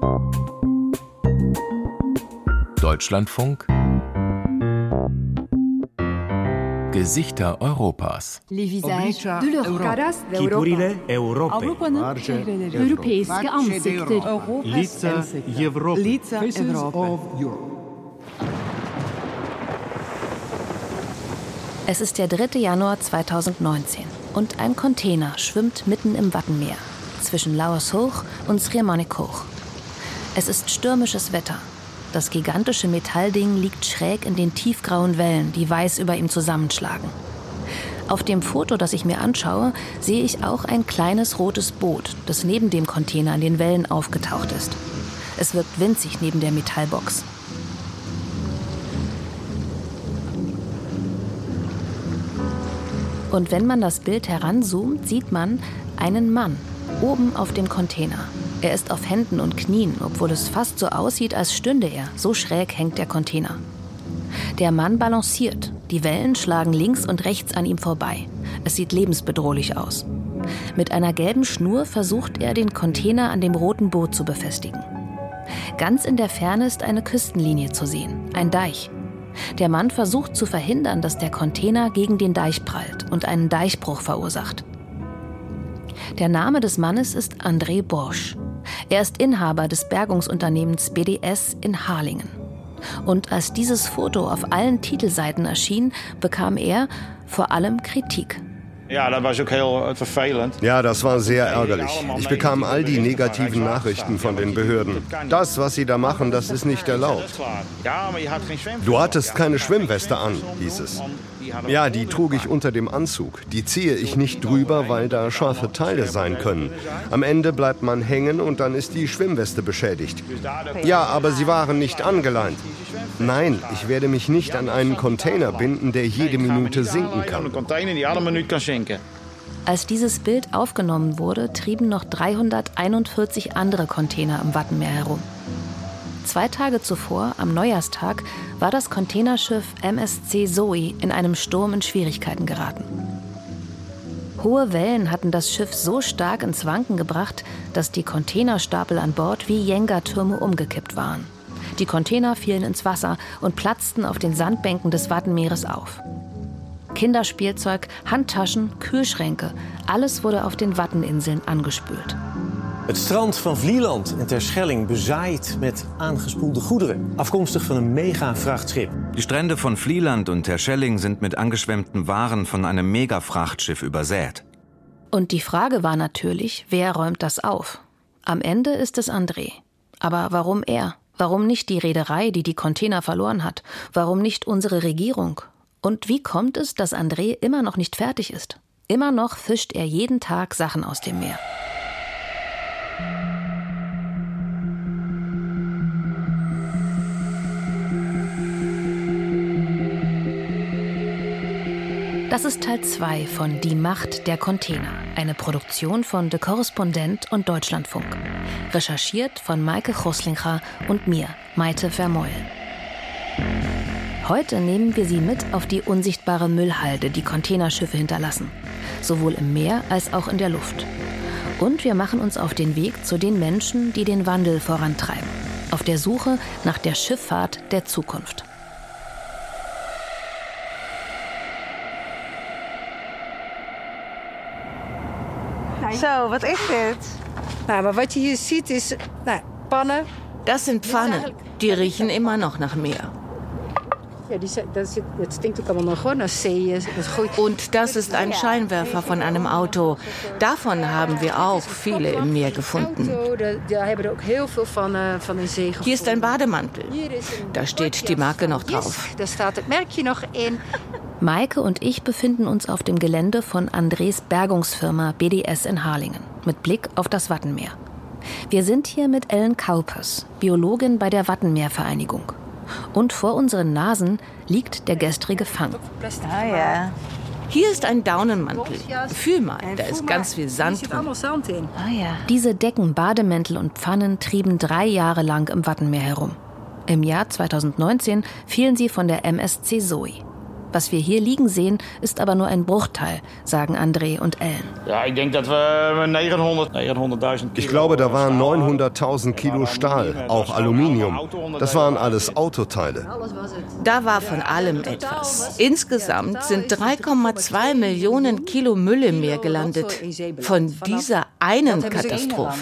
Deutschlandfunk Gesichter Europas. Les visages de l'Europe. Chipurile Europei. Europeiske ansikter. Lica Европы. Lica Europa. Es ist der 3. Januar 2019 und ein Container schwimmt mitten im Wattenmeer zwischen Lauershoek und Schiermonnikoog. Es ist stürmisches Wetter. Das gigantische Metallding liegt schräg in den tiefgrauen Wellen, die weiß über ihm zusammenschlagen. Auf dem Foto, das ich mir anschaue, sehe ich auch ein kleines rotes Boot, das neben dem Container in den Wellen aufgetaucht ist. Es wirkt winzig neben der Metallbox. Und wenn man das Bild heranzoomt, sieht man einen Mann oben auf dem Container. Er ist auf Händen und Knien, obwohl es fast so aussieht, als stünde er. So schräg hängt der Container. Der Mann balanciert. Die Wellen schlagen links und rechts an ihm vorbei. Es sieht lebensbedrohlich aus. Mit einer gelben Schnur versucht er, den Container an dem roten Boot zu befestigen. Ganz in der Ferne ist eine Küstenlinie zu sehen, ein Deich. Der Mann versucht zu verhindern, dass der Container gegen den Deich prallt und einen Deichbruch verursacht. Der Name des Mannes ist André Borsch. Er ist Inhaber des Bergungsunternehmens BDS in Harlingen. Und als dieses Foto auf allen Titelseiten erschien, bekam er vor allem Kritik. Ja, das war auch heel vervelend. Ja, das war sehr ärgerlich. Ich bekam all die negativen Nachrichten von den Behörden. Das, was sie da machen, das ist nicht erlaubt. Du hattest keine Schwimmweste an, hieß es. Ja, die trug ich unter dem Anzug. Die ziehe ich nicht drüber, weil da scharfe Teile sein können. Am Ende bleibt man hängen und dann ist die Schwimmweste beschädigt. Ja, aber sie waren nicht angeleint. Nein, ich werde mich nicht an einen Container binden, der jede Minute sinken kann. Als dieses Bild aufgenommen wurde, trieben noch 341 andere Container im Wattenmeer herum. 2 Tage zuvor, am Neujahrstag, war das Containerschiff MSC Zoe in einem Sturm in Schwierigkeiten geraten. Hohe Wellen hatten das Schiff so stark ins Wanken gebracht, dass die Containerstapel an Bord wie Jenga-Türme umgekippt waren. Die Container fielen ins Wasser und platzten auf den Sandbänken des Wattenmeeres auf. Kinderspielzeug, Handtaschen, Kühlschränke, alles wurde auf den Watteninseln angespült. Het strand van Vlieland en Terschelling bezaaid met aangespoelde goederen, afkomstig van een mega-Frachtschip. Die Strände von Vlieland und Terschelling sind mit angeschwemmten Waren von einem Mega-Frachtschiff übersät. Und die Frage war natürlich, wer räumt das auf? Am Ende ist es André. Aber warum er? Warum nicht die Reederei, die die Container verloren hat? Warum nicht unsere Regierung? Und wie kommt es, dass André immer noch nicht fertig ist? Immer noch fischt er jeden Tag Sachen aus dem Meer. Das ist Teil 2 von Die Macht der Container, eine Produktion von De Korrespondent und Deutschlandfunk. Recherchiert von Maike Choslinger und mir, Maite Vermeulen. Heute nehmen wir Sie mit auf die unsichtbare Müllhalde, die Containerschiffe hinterlassen, sowohl im Meer als auch in der Luft. Und wir machen uns auf den Weg zu den Menschen, die den Wandel vorantreiben, auf der Suche nach der Schifffahrt der Zukunft. Zo, wat is dit? Nou, maar wat je hier ziet is pannen. Das sind Pfannen. Die riechen immer noch nach Meer. Ja, dat stinkt ook allemaal nog hoor, naar zee. Und das ist ein Scheinwerfer von einem Auto. Davon haben wir auch viele im Meer gefunden. Hier ist ein Bademantel. Da steht die Marke noch drauf. Da staat het merkje nog in. Maike und ich befinden uns auf dem Gelände von Andrés Bergungsfirma BDS in Harlingen, mit Blick auf das Wattenmeer. Wir sind hier mit Ellen Kaupers, Biologin bei der Wattenmeervereinigung. Und vor unseren Nasen liegt der gestrige Fang. Ah ja. Hier ist ein Daunenmantel. Fühl mal, da ist ganz viel Sand drin. Ah ja. Diese Decken, Bademäntel und Pfannen trieben 3 Jahre lang im Wattenmeer herum. Im Jahr 2019 fielen sie von der MSC Zoe. Was wir hier liegen sehen, ist aber nur ein Bruchteil, sagen André und Ellen. Ja, ich denke, dass wir 900.000 Kilo. Ich glaube, da waren 900.000 Kilo Stahl, auch Aluminium. Das waren alles Autoteile. Da war von allem etwas. Insgesamt sind 3,2 Millionen Kilo Müll im Meer gelandet. Von dieser einen Katastrophe.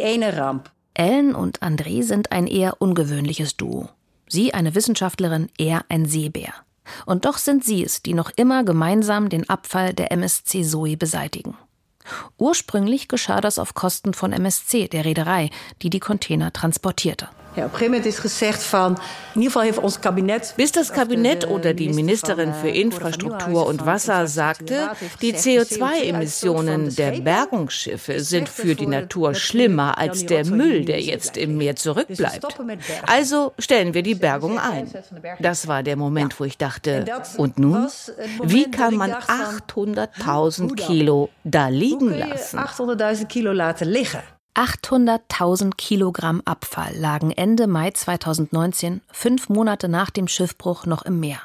Ellen und André sind ein eher ungewöhnliches Duo. Sie eine Wissenschaftlerin, er ein Seebär. Und doch sind sie es, die noch immer gemeinsam den Abfall der MSC Zoe beseitigen. Ursprünglich geschah das auf Kosten von MSC, der Reederei, die die Container transportierte. Ja, op een gegeven moment is gezegd van, in ieder Fall heeft ons kabinet... Bis das Kabinett oder die Ministerin für Infrastruktur und Wasser sagte, die CO2-Emissionen der Bergungsschiffe sind für die Natur schlimmer als der Müll, der jetzt im Meer zurückbleibt. Also stellen wir die Bergung ein. Das war der Moment, wo ich dachte, und nun? Wie kann man 800.000 Kilo da liegen lassen? 800.000 Kilo laten liggen. 800.000 Kilogramm Abfall lagen Ende Mai 2019, 5 Monate nach dem Schiffbruch, noch im Meer.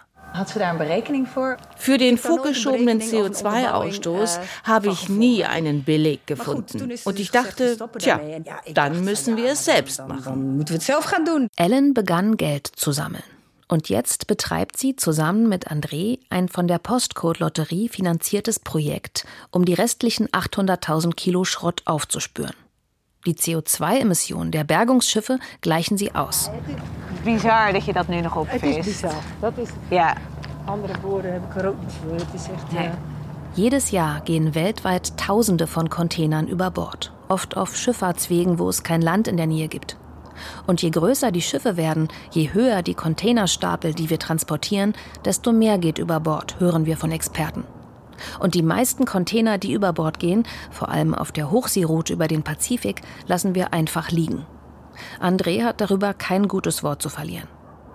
Für den vorgeschobenen CO2-Ausstoß habe ich nie einen Beleg gefunden. Und ich dachte, tja, dann müssen wir es selbst machen. Ellen begann Geld zu sammeln. Und jetzt betreibt sie zusammen mit André ein von der Postcode-Lotterie finanziertes Projekt, um die restlichen 800.000 Kilo Schrott aufzuspüren. Die CO2-Emissionen der Bergungsschiffe gleichen sie aus. Bizar dat je dat nu nog opvist. Het is bizar. Dat is, ja. Andere woorden heb ik er ook niet voor. Het is echt, nee. Jedes Jahr gehen weltweit Tausende von Containern über Bord. Oft auf Schifffahrtswegen, wo es kein Land in der Nähe gibt. Und je größer die Schiffe werden, je höher die Containerstapel, die wir transportieren, desto mehr geht über Bord, hören wir von Experten. Und die meisten Container, die über Bord gehen, vor allem auf der Hochseeroute über den Pazifik, lassen wir einfach liegen. André hat darüber kein gutes Wort zu verlieren.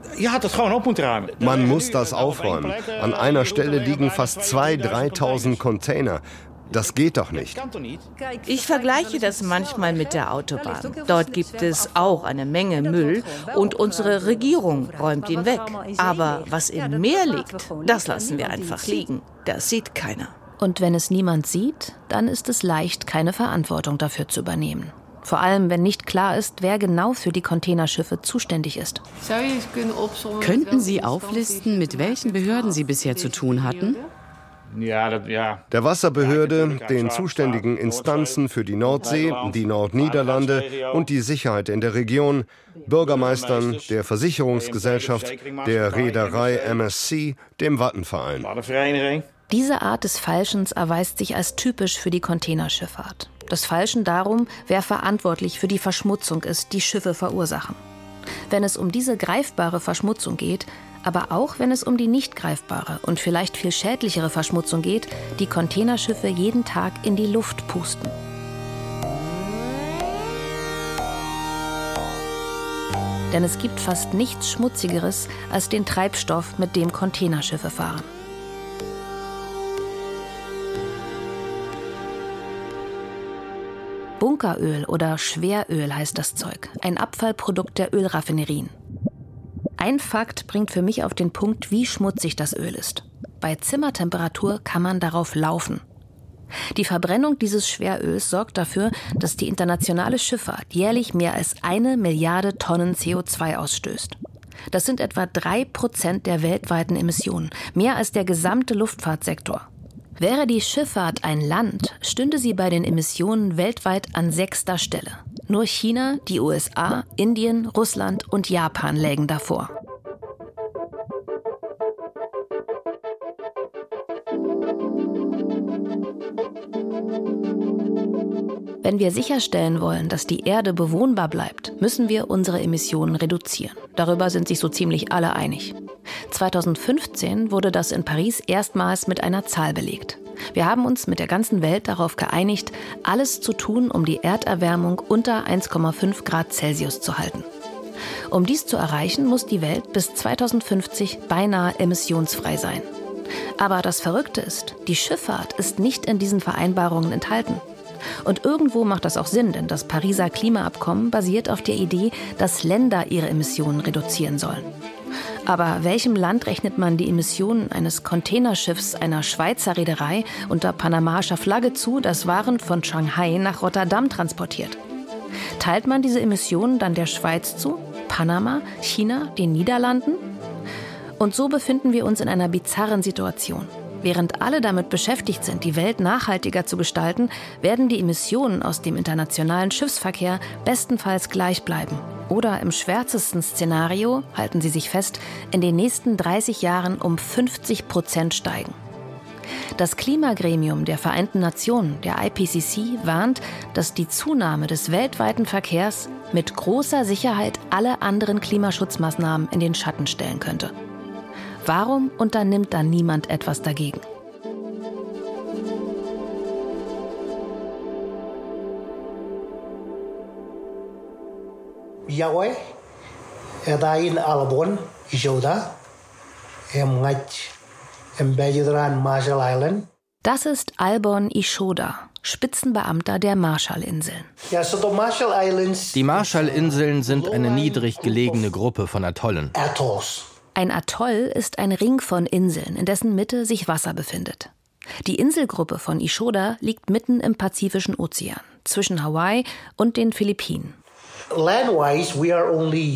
Man muss das aufräumen. An einer Stelle liegen fast 2.000, 3.000 Container. Das geht doch nicht. Ich vergleiche das manchmal mit der Autobahn. Dort gibt es auch eine Menge Müll und unsere Regierung räumt ihn weg. Aber was im Meer liegt, das lassen wir einfach liegen. Das sieht keiner. Und wenn es niemand sieht, dann ist es leicht, keine Verantwortung dafür zu übernehmen. Vor allem, wenn nicht klar ist, wer genau für die Containerschiffe zuständig ist. Könnten Sie auflisten, mit welchen Behörden Sie bisher zu tun hatten? Der Wasserbehörde, den zuständigen Instanzen für die Nordsee, die Nordniederlande und die Sicherheit in der Region, Bürgermeistern, der Versicherungsgesellschaft, der Reederei MSC, dem Wattenverein. Diese Art des Falschens erweist sich als typisch für die Containerschifffahrt. Das Falschen darum, wer verantwortlich für die Verschmutzung ist, die Schiffe verursachen. Wenn es um diese greifbare Verschmutzung geht, aber auch wenn es um die nicht greifbare und vielleicht viel schädlichere Verschmutzung geht, die Containerschiffe jeden Tag in die Luft pusten. Denn es gibt fast nichts Schmutzigeres als den Treibstoff, mit dem Containerschiffe fahren. Bunkeröl oder Schweröl heißt das Zeug, ein Abfallprodukt der Ölraffinerien. Ein Fakt bringt für mich auf den Punkt, wie schmutzig das Öl ist. Bei Zimmertemperatur kann man darauf laufen. Die Verbrennung dieses Schweröls sorgt dafür, dass die internationale Schifffahrt jährlich mehr als 1 Milliarde Tonnen CO2 ausstößt. Das sind etwa 3% der weltweiten Emissionen, mehr als der gesamte Luftfahrtsektor. Wäre die Schifffahrt ein Land, stünde sie bei den Emissionen weltweit an 6. Stelle. Nur China, die USA, Indien, Russland und Japan lägen davor. Wenn wir sicherstellen wollen, dass die Erde bewohnbar bleibt, müssen wir unsere Emissionen reduzieren. Darüber sind sich so ziemlich alle einig. 2015 wurde das in Paris erstmals mit einer Zahl belegt. Wir haben uns mit der ganzen Welt darauf geeinigt, alles zu tun, um die Erderwärmung unter 1,5 Grad Celsius zu halten. Um dies zu erreichen, muss die Welt bis 2050 beinahe emissionsfrei sein. Aber das Verrückte ist, die Schifffahrt ist nicht in diesen Vereinbarungen enthalten. Und irgendwo macht das auch Sinn, denn das Pariser Klimaabkommen basiert auf der Idee, dass Länder ihre Emissionen reduzieren sollen. Aber welchem Land rechnet man die Emissionen eines Containerschiffs einer Schweizer Reederei unter panamaischer Flagge zu, das Waren von Shanghai nach Rotterdam transportiert? Teilt man diese Emissionen dann der Schweiz zu, Panama, China, den Niederlanden? Und so befinden wir uns in einer bizarren Situation. Während alle damit beschäftigt sind, die Welt nachhaltiger zu gestalten, werden die Emissionen aus dem internationalen Schiffsverkehr bestenfalls gleich bleiben. Oder im schwärzesten Szenario, halten Sie sich fest, in den nächsten 30 Jahren um 50% steigen. Das Klimagremium der Vereinten Nationen, der IPCC, warnt, dass die Zunahme des weltweiten Verkehrs mit großer Sicherheit alle anderen Klimaschutzmaßnahmen in den Schatten stellen könnte. Warum unternimmt dann niemand etwas dagegen? Yahweh, Erdain Albon, Ishoda, Marshall Island. Das ist Albon Ishoda, Spitzenbeamter der Marshallinseln. Die Marshallinseln sind eine niedrig gelegene Gruppe von Atollen. Ein Atoll ist ein Ring von Inseln, in dessen Mitte sich Wasser befindet. Die Inselgruppe von Ishoda liegt mitten im Pazifischen Ozean, zwischen Hawaii und den Philippinen. Landwise, we are only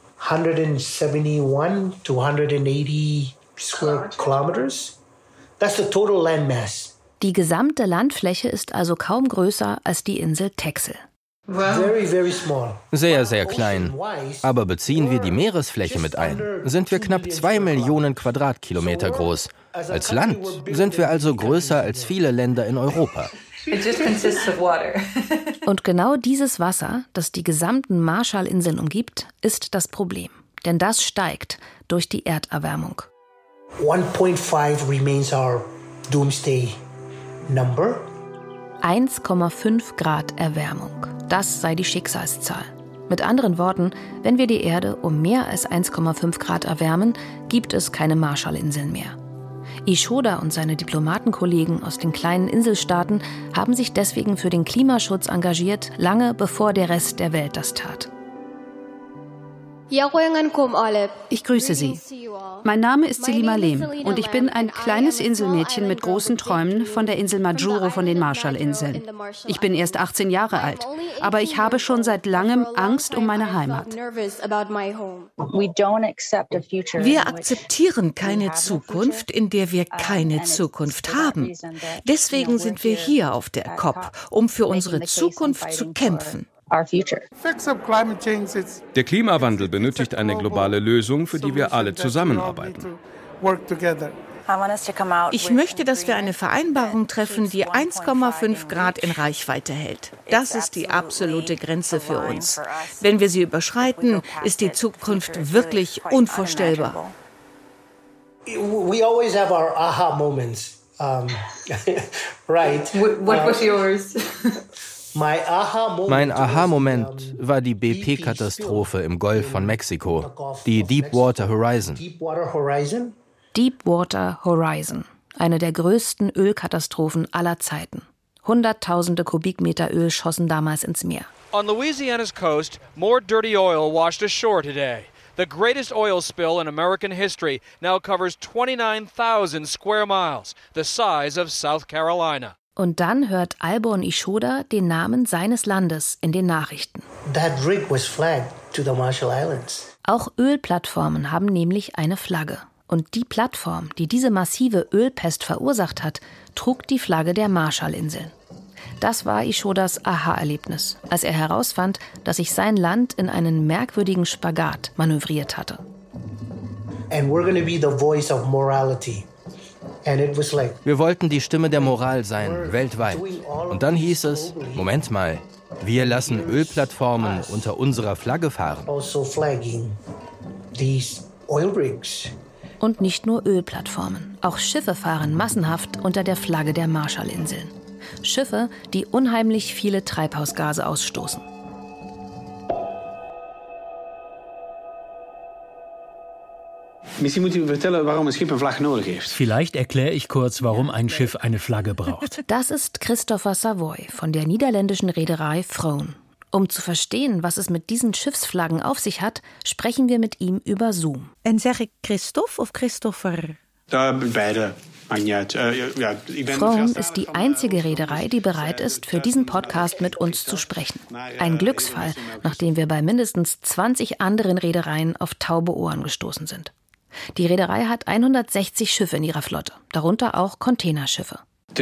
171 to 180 square kilometers. That's the total landmass. Die gesamte Landfläche ist also kaum größer als die Insel Texel. Very, very small. Sehr, sehr klein. Aber beziehen wir die Meeresfläche mit ein, sind wir knapp 2 Millionen Quadratkilometer groß. Als Land sind wir also größer als viele Länder in Europa. Und genau dieses Wasser, das die gesamten Marshallinseln umgibt, ist das Problem. Denn das steigt durch die Erderwärmung. 1.5 remains our doomsday number. 1,5 Grad Erwärmung. Das sei die Schicksalszahl. Mit anderen Worten, wenn wir die Erde um mehr als 1,5 Grad erwärmen, gibt es keine Marshallinseln mehr. Ishoda und seine Diplomatenkollegen aus den kleinen Inselstaaten haben sich deswegen für den Klimaschutz engagiert, lange bevor der Rest der Welt das tat. Ich grüße Sie. Mein Name ist Selima Lehm und ich bin ein kleines Inselmädchen mit großen Träumen von der Insel Majuro von den Marshallinseln. Ich bin erst 18 Jahre alt, aber ich habe schon seit langem Angst um meine Heimat. Wir akzeptieren keine Zukunft, in der wir keine Zukunft haben. Deswegen sind wir hier auf der COP, um für unsere Zukunft zu kämpfen. Der Klimawandel benötigt eine globale Lösung, für die wir alle zusammenarbeiten. Ich möchte, dass wir eine Vereinbarung treffen, die 1,5 Grad in Reichweite hält. Das ist die absolute Grenze für uns. Wenn wir sie überschreiten, ist die Zukunft wirklich unvorstellbar. We always have our aha moments. Right. What was yours? Mein Aha-Moment war die BP-Katastrophe im Golf von Mexiko, die Deepwater Horizon. Deepwater Horizon, eine der größten Ölkatastrophen aller Zeiten. Hunderttausende Kubikmeter Öl schossen damals ins Meer. On Louisiana's coast, more dirty oil washed ashore today. The greatest oil spill in American history now covers 29,000 square miles, the size of South Carolina. Und dann hört Albon Ishoda den Namen seines Landes in den Nachrichten. That rig was flagged to the Marshall Islands. Auch Ölplattformen haben nämlich eine Flagge. Und die Plattform, die diese massive Ölpest verursacht hat, trug die Flagge der Marshallinseln. Das war Ishodas Aha-Erlebnis, als er herausfand, dass sich sein Land in einen merkwürdigen Spagat manövriert hatte. And we're going to be the voice of morality. Wir wollten die Stimme der Moral sein, weltweit. Und dann hieß es, Moment mal, wir lassen Ölplattformen unter unserer Flagge fahren. Und nicht nur Ölplattformen, auch Schiffe fahren massenhaft unter der Flagge der Marshallinseln. Schiffe, die unheimlich viele Treibhausgase ausstoßen. Vielleicht erkläre ich kurz, warum ein Schiff eine Flagge braucht. Das ist Christopher Savoy von der niederländischen Reederei Vroon. Um zu verstehen, was es mit diesen Schiffsflaggen auf sich hat, sprechen wir mit ihm über Zoom. En zeg ik Christophe of Christopher? Beide. Frome ist die einzige Reederei, die bereit ist, für diesen Podcast mit uns zu sprechen. Ein Glücksfall, nachdem wir bei mindestens 20 anderen Reedereien auf taube Ohren gestoßen sind. Die Reederei hat 160 Schiffe in ihrer Flotte, darunter auch Containerschiffe.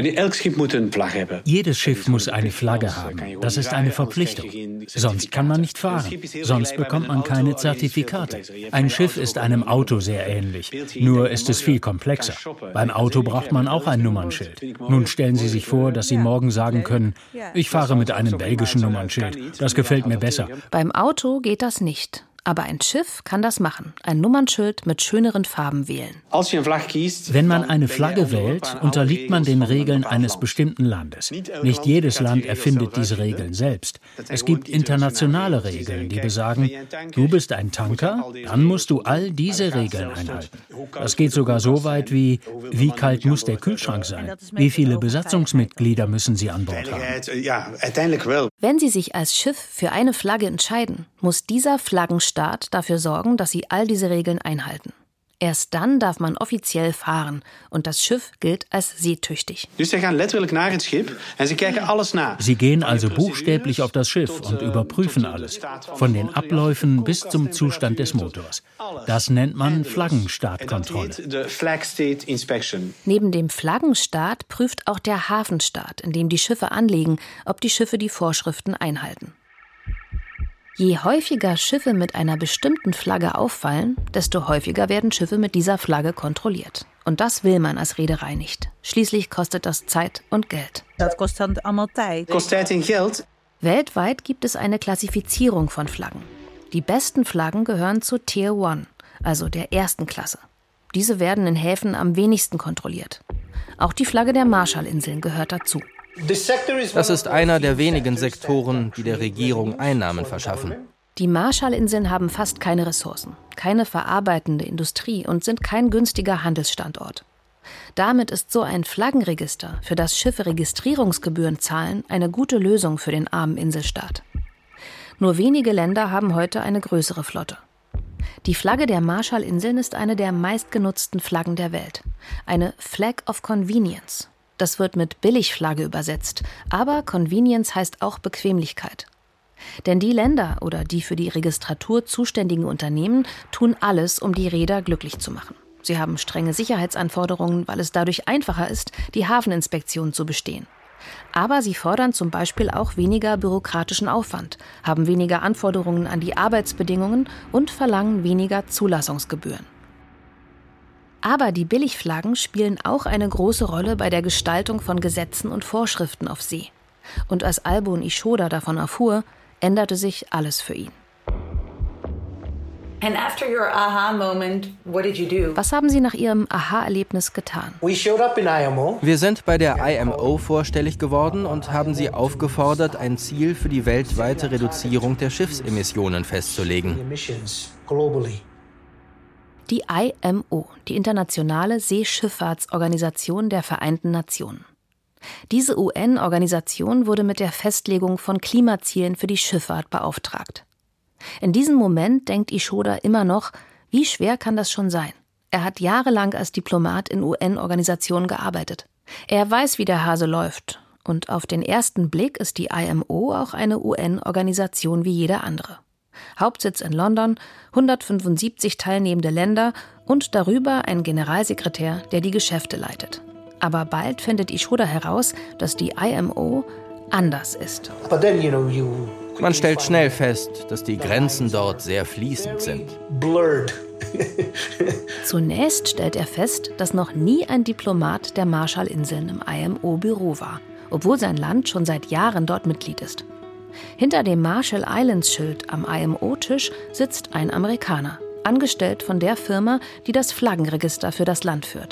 Jedes Schiff muss eine Flagge haben. Das ist eine Verpflichtung. Sonst kann man nicht fahren. Sonst bekommt man keine Zertifikate. Ein Schiff ist einem Auto sehr ähnlich. Nur ist es viel komplexer. Beim Auto braucht man auch ein Nummernschild. Nun stellen Sie sich vor, dass Sie morgen sagen können, ich fahre mit einem belgischen Nummernschild. Das gefällt mir besser. Beim Auto geht das nicht. Aber ein Schiff kann das machen, ein Nummernschild mit schöneren Farben wählen. Wenn man eine Flagge wählt, unterliegt man den Regeln eines bestimmten Landes. Nicht jedes Land erfindet diese Regeln selbst. Es gibt internationale Regeln, die besagen, du bist ein Tanker, dann musst du all diese Regeln einhalten. Das geht sogar so weit wie kalt muss der Kühlschrank sein? Wie viele Besatzungsmitglieder müssen Sie an Bord haben? Wenn Sie sich als Schiff für eine Flagge entscheiden, muss dieser Flaggenstaat dafür sorgen, dass sie all diese Regeln einhalten. Erst dann darf man offiziell fahren und das Schiff gilt als seetüchtig. Sie gehen also buchstäblich auf das Schiff und überprüfen alles, von den Abläufen bis zum Zustand des Motors. Das nennt man Flaggenstartkontrolle. Neben dem Flaggenstaat prüft auch der Hafenstaat, in dem die Schiffe anlegen, ob die Schiffe die Vorschriften einhalten. Je häufiger Schiffe mit einer bestimmten Flagge auffallen, desto häufiger werden Schiffe mit dieser Flagge kontrolliert. Und das will man als Reederei nicht. Schließlich kostet das Zeit und Geld. Das kostet allemaal tijd. Weltweit gibt es eine Klassifizierung von Flaggen. Die besten Flaggen gehören zu Tier 1, also der ersten Klasse. Diese werden in Häfen am wenigsten kontrolliert. Auch die Flagge der Marshallinseln gehört dazu. Das ist einer der wenigen Sektoren, die der Regierung Einnahmen verschaffen. Die Marshallinseln haben fast keine Ressourcen, keine verarbeitende Industrie und sind kein günstiger Handelsstandort. Damit ist so ein Flaggenregister, für das Schiffe Registrierungsgebühren zahlen, eine gute Lösung für den armen Inselstaat. Nur wenige Länder haben heute eine größere Flotte. Die Flagge der Marshallinseln ist eine der meistgenutzten Flaggen der Welt. Eine Flag of Convenience. Das wird mit Billigflagge übersetzt, aber Convenience heißt auch Bequemlichkeit. Denn die Länder oder die für die Registratur zuständigen Unternehmen tun alles, um die Reeder glücklich zu machen. Sie haben strenge Sicherheitsanforderungen, weil es dadurch einfacher ist, die Hafeninspektion zu bestehen. Aber sie fordern zum Beispiel auch weniger bürokratischen Aufwand, haben weniger Anforderungen an die Arbeitsbedingungen und verlangen weniger Zulassungsgebühren. Aber die Billigflaggen spielen auch eine große Rolle bei der Gestaltung von Gesetzen und Vorschriften auf See. Und als Albun Ishoda davon erfuhr, änderte sich alles für ihn. Was haben Sie nach Ihrem Aha-Erlebnis getan? Wir sind bei der IMO vorstellig geworden und haben sie aufgefordert, ein Ziel für die weltweite Reduzierung der Schiffsemissionen festzulegen. Die IMO, die Internationale Seeschifffahrtsorganisation der Vereinten Nationen. Diese UN-Organisation wurde mit der Festlegung von Klimazielen für die Schifffahrt beauftragt. In diesem Moment denkt Ishoda immer noch, wie schwer kann das schon sein? Er hat jahrelang als Diplomat in UN-Organisationen gearbeitet. Er weiß, wie der Hase läuft. Und auf den ersten Blick ist die IMO auch eine UN-Organisation wie jede andere. Hauptsitz in London, 175 teilnehmende Länder und darüber ein Generalsekretär, der die Geschäfte leitet. Aber bald findet Ishoda heraus, dass die IMO anders ist. Man stellt schnell fest, dass die Grenzen dort sehr fließend sind. Zunächst stellt er fest, dass noch nie ein Diplomat der Marshallinseln im IMO-Büro war, obwohl sein Land schon seit Jahren dort Mitglied ist. Hinter dem Marshall Islands-Schild am IMO-Tisch sitzt ein Amerikaner, angestellt von der Firma, die das Flaggenregister für das Land führt.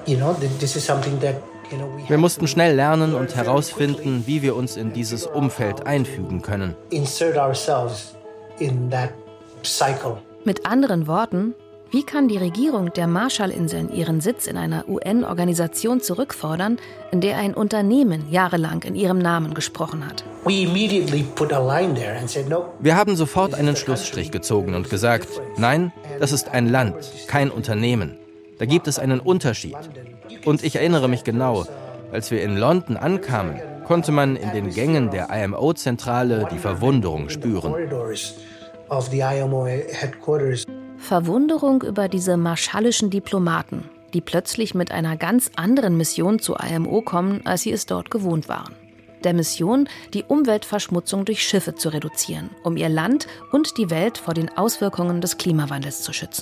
Wir mussten schnell lernen und herausfinden, wie wir uns in dieses Umfeld einfügen können. Mit anderen Worten, Wie kann die Regierung der Marshallinseln ihren Sitz in einer UN-Organisation zurückfordern, in der ein Unternehmen jahrelang in ihrem Namen gesprochen hat? Wir haben sofort einen Schlussstrich gezogen und gesagt, nein, das ist ein Land, kein Unternehmen. Da gibt es einen Unterschied. Und ich erinnere mich genau, als wir in London ankamen, konnte man in den Gängen der IMO-Zentrale die Verwunderung spüren. Verwunderung über diese marschallischen Diplomaten, die plötzlich mit einer ganz anderen Mission zur IMO kommen, als sie es dort gewohnt waren. Der Mission, die Umweltverschmutzung durch Schiffe zu reduzieren, um ihr Land und die Welt vor den Auswirkungen des Klimawandels zu schützen.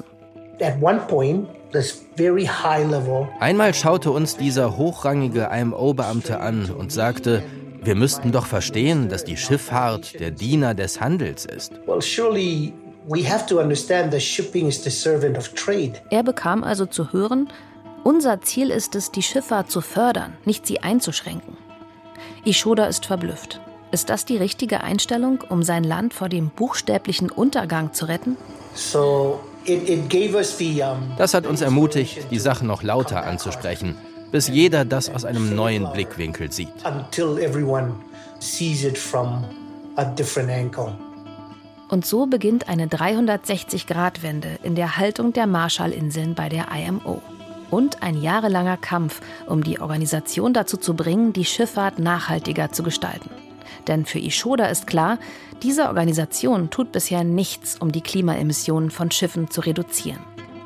Einmal schaute uns dieser hochrangige IMO-Beamte an und sagte, wir müssten doch verstehen, dass die Schifffahrt der Diener des Handels ist. Er bekam also zu hören, unser Ziel ist es, die Schifffahrt zu fördern, nicht sie einzuschränken. Ishoda ist verblüfft. Ist das die richtige Einstellung, um sein Land vor dem buchstäblichen Untergang zu retten? Das hat uns ermutigt, die Sache noch lauter anzusprechen, bis jeder das aus einem neuen Blickwinkel sieht. Und so beginnt eine 360-Grad-Wende in der Haltung der Marshallinseln bei der IMO. Und ein jahrelanger Kampf, um die Organisation dazu zu bringen, die Schifffahrt nachhaltiger zu gestalten. Denn für Ishoda ist klar, diese Organisation tut bisher nichts, um die Klimaemissionen von Schiffen zu reduzieren.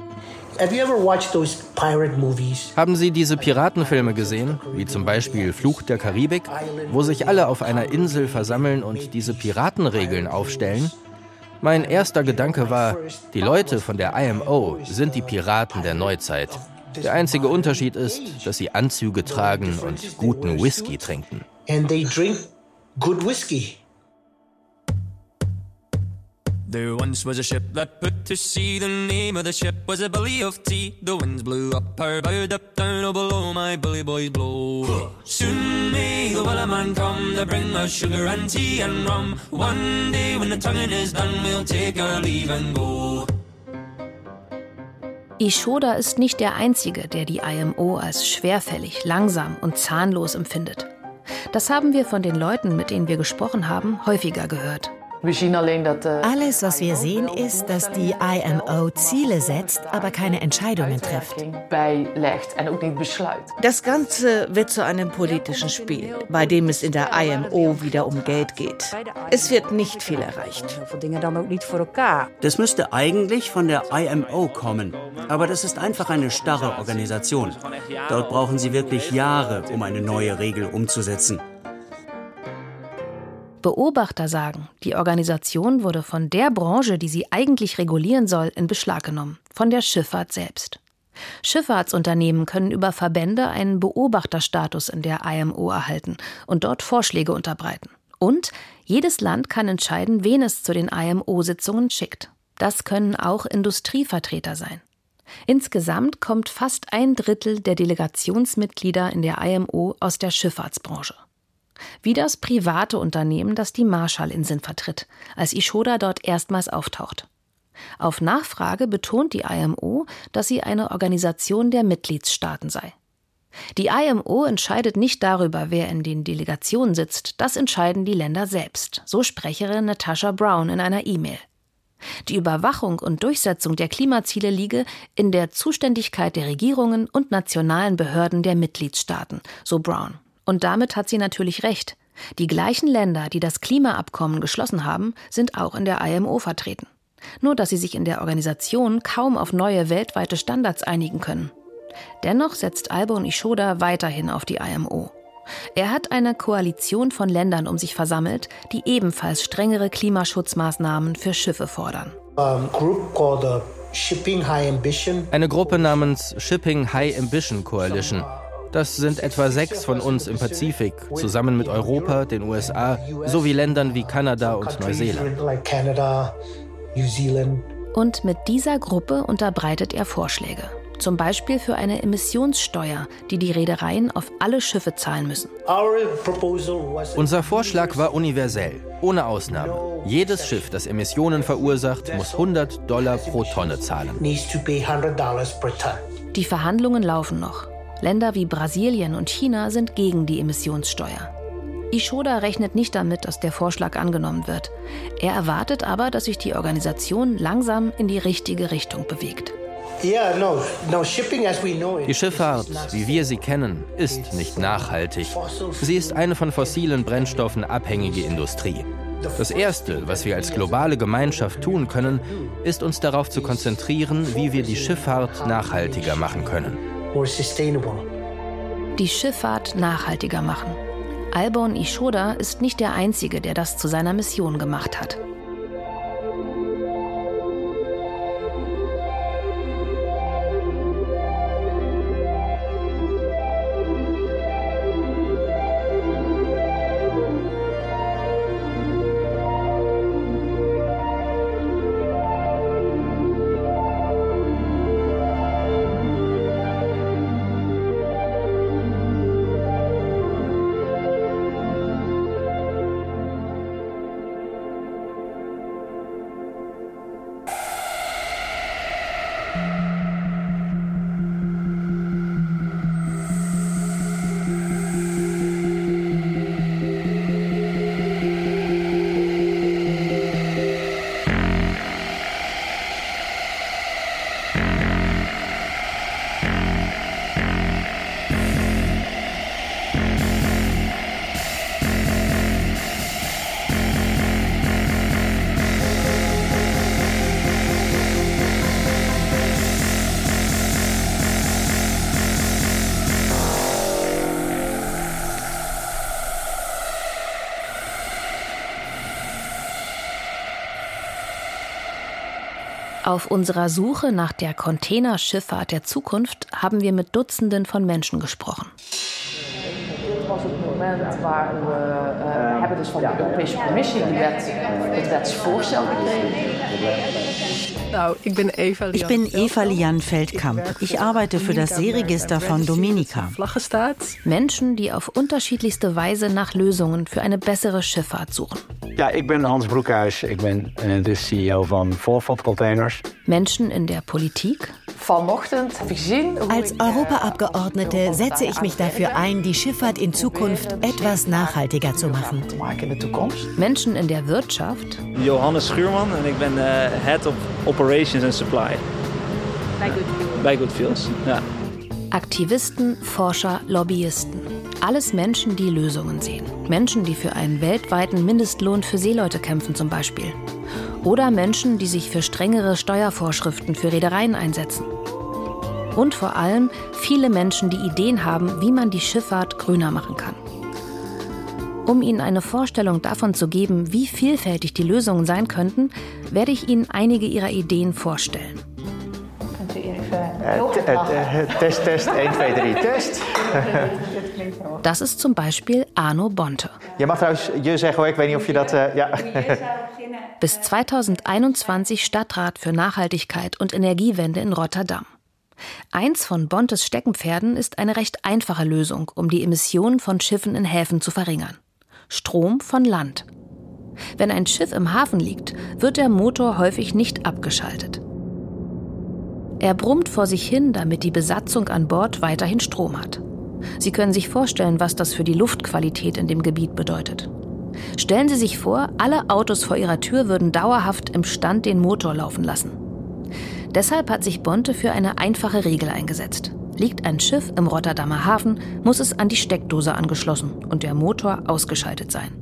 Haben Sie diese Piratenfilme gesehen, wie zum Beispiel Fluch der Karibik, wo sich alle auf einer Insel versammeln und diese Piratenregeln aufstellen? Mein erster Gedanke war, die Leute von der IMO sind die Piraten der Neuzeit. Der einzige Unterschied ist, dass sie Anzüge tragen und guten Whisky trinken. There once was a ship that put to sea. The name of the ship was a Billy of Tea. The winds blew up her bow, up down, oh below my bully boys blow. Soon may the Wellerman come to bring us sugar and tea and rum. One day when the tonguing is done, we'll take our leave and go. Ishoda ist nicht der Einzige, der die IMO als schwerfällig, langsam und zahnlos empfindet. Das haben wir von den Leuten, mit denen wir gesprochen haben, häufiger gehört. Alles, was wir sehen, ist, dass die IMO Ziele setzt, aber keine Entscheidungen trifft. Das Ganze wird zu einem politischen Spiel, bei dem es in der IMO wieder um Geld geht. Es wird nicht viel erreicht. Das müsste eigentlich von der IMO kommen, aber das ist einfach eine starre Organisation. Dort brauchen sie wirklich Jahre, um eine neue Regel umzusetzen. Beobachter sagen, die Organisation wurde von der Branche, die sie eigentlich regulieren soll, in Beschlag genommen, von der Schifffahrt selbst. Schifffahrtsunternehmen können über Verbände einen Beobachterstatus in der IMO erhalten und dort Vorschläge unterbreiten. Und jedes Land kann entscheiden, wen es zu den IMO-Sitzungen schickt. Das können auch Industrievertreter sein. Insgesamt kommt fast 1/3 der Delegationsmitglieder in der IMO aus der Schifffahrtsbranche. Wie das private Unternehmen, das die Marshallinseln vertritt, als Ishoda dort erstmals auftaucht. Auf Nachfrage betont die IMO, dass sie eine Organisation der Mitgliedstaaten sei. Die IMO entscheidet nicht darüber, wer in den Delegationen sitzt, das entscheiden die Länder selbst, so Sprecherin Natasha Brown in einer E-Mail. Die Überwachung und Durchsetzung der Klimaziele liege in der Zuständigkeit der Regierungen und nationalen Behörden der Mitgliedstaaten, so Brown. Und damit hat sie natürlich recht. Die gleichen Länder, die das Klimaabkommen geschlossen haben, sind auch in der IMO vertreten. Nur dass sie sich in der Organisation kaum auf neue weltweite Standards einigen können. Dennoch setzt Albon Ishoda weiterhin auf die IMO. Er hat eine Koalition von Ländern um sich versammelt, die ebenfalls strengere Klimaschutzmaßnahmen für Schiffe fordern. Eine Gruppe namens Shipping High Ambition Coalition. Das sind etwa 6 von uns im Pazifik, zusammen mit Europa, den USA, sowie Ländern wie Kanada und Neuseeland. Und mit dieser Gruppe unterbreitet er Vorschläge. Zum Beispiel für eine Emissionssteuer, die die Reedereien auf alle Schiffe zahlen müssen. Unser Vorschlag war universell, ohne Ausnahme. Jedes Schiff, das Emissionen verursacht, muss $100 pro Tonne zahlen. Die Verhandlungen laufen noch. Länder wie Brasilien und China sind gegen die Emissionssteuer. Ishoda rechnet nicht damit, dass der Vorschlag angenommen wird. Er erwartet aber, dass sich die Organisation langsam in die richtige Richtung bewegt. Die Schifffahrt, wie wir sie kennen, ist nicht nachhaltig. Sie ist eine von fossilen Brennstoffen abhängige Industrie. Das Erste, was wir als globale Gemeinschaft tun können, ist uns darauf zu konzentrieren, wie wir die Schifffahrt nachhaltiger machen können. Die Schifffahrt nachhaltiger machen. Albon Ishoda ist nicht der Einzige, der das zu seiner Mission gemacht hat. Auf unserer Suche nach der Containerschifffahrt der Zukunft haben wir mit Dutzenden von Menschen gesprochen. Dit was het moment waar we hebben dus van de Europese Commissie het wetsvoorstel gekregen. Ich bin Eva Lian Feldkamp. Ich arbeite für das Seeregister von Dominica. Menschen, die auf unterschiedlichste Weise nach Lösungen für eine bessere Schifffahrt suchen. Ja, ik ben Hans Broekhuis. Ik ben de CEO van Forvat Containers. Menschen in der Politik. Als Europaabgeordnete setze ich mich dafür ein, die Schifffahrt in Zukunft etwas nachhaltiger zu machen. Menschen in der Wirtschaft. Johannes Schuurman en ik ben Head of Operations and Supply. Bij Goodfields. Ja. Aktivisten, Forscher, Lobbyisten. Alles Menschen, die Lösungen sehen. Menschen, die für einen weltweiten Mindestlohn für Seeleute kämpfen zum Beispiel. Oder Menschen, die sich für strengere Steuervorschriften für Reedereien einsetzen. Und vor allem viele Menschen, die Ideen haben, wie man die Schifffahrt grüner machen kann. Um Ihnen eine Vorstellung davon zu geben, wie vielfältig die Lösungen sein könnten, werde ich Ihnen einige Ihrer Ideen vorstellen. Test, 1, 2, 3, Test. Das ist zum Beispiel Arno Bonte. Je mag trouwens je zeggen hoor, ik weet niet of je dat... ja. Bis 2021 Stadtrat für Nachhaltigkeit und Energiewende in Rotterdam. Eins von Bontes Steckenpferden ist eine recht einfache Lösung, um die Emissionen von Schiffen in Häfen zu verringern. Strom von Land. Wenn ein Schiff im Hafen liegt, wird der Motor häufig nicht abgeschaltet. Er brummt vor sich hin, damit die Besatzung an Bord weiterhin Strom hat. Sie können sich vorstellen, was das für die Luftqualität in dem Gebiet bedeutet. Stellen Sie sich vor, alle Autos vor Ihrer Tür würden dauerhaft im Stand den Motor laufen lassen. Deshalb hat sich Bonte für eine einfache Regel eingesetzt. Liegt ein Schiff im Rotterdamer Hafen, muss es an die Steckdose angeschlossen und der Motor ausgeschaltet sein.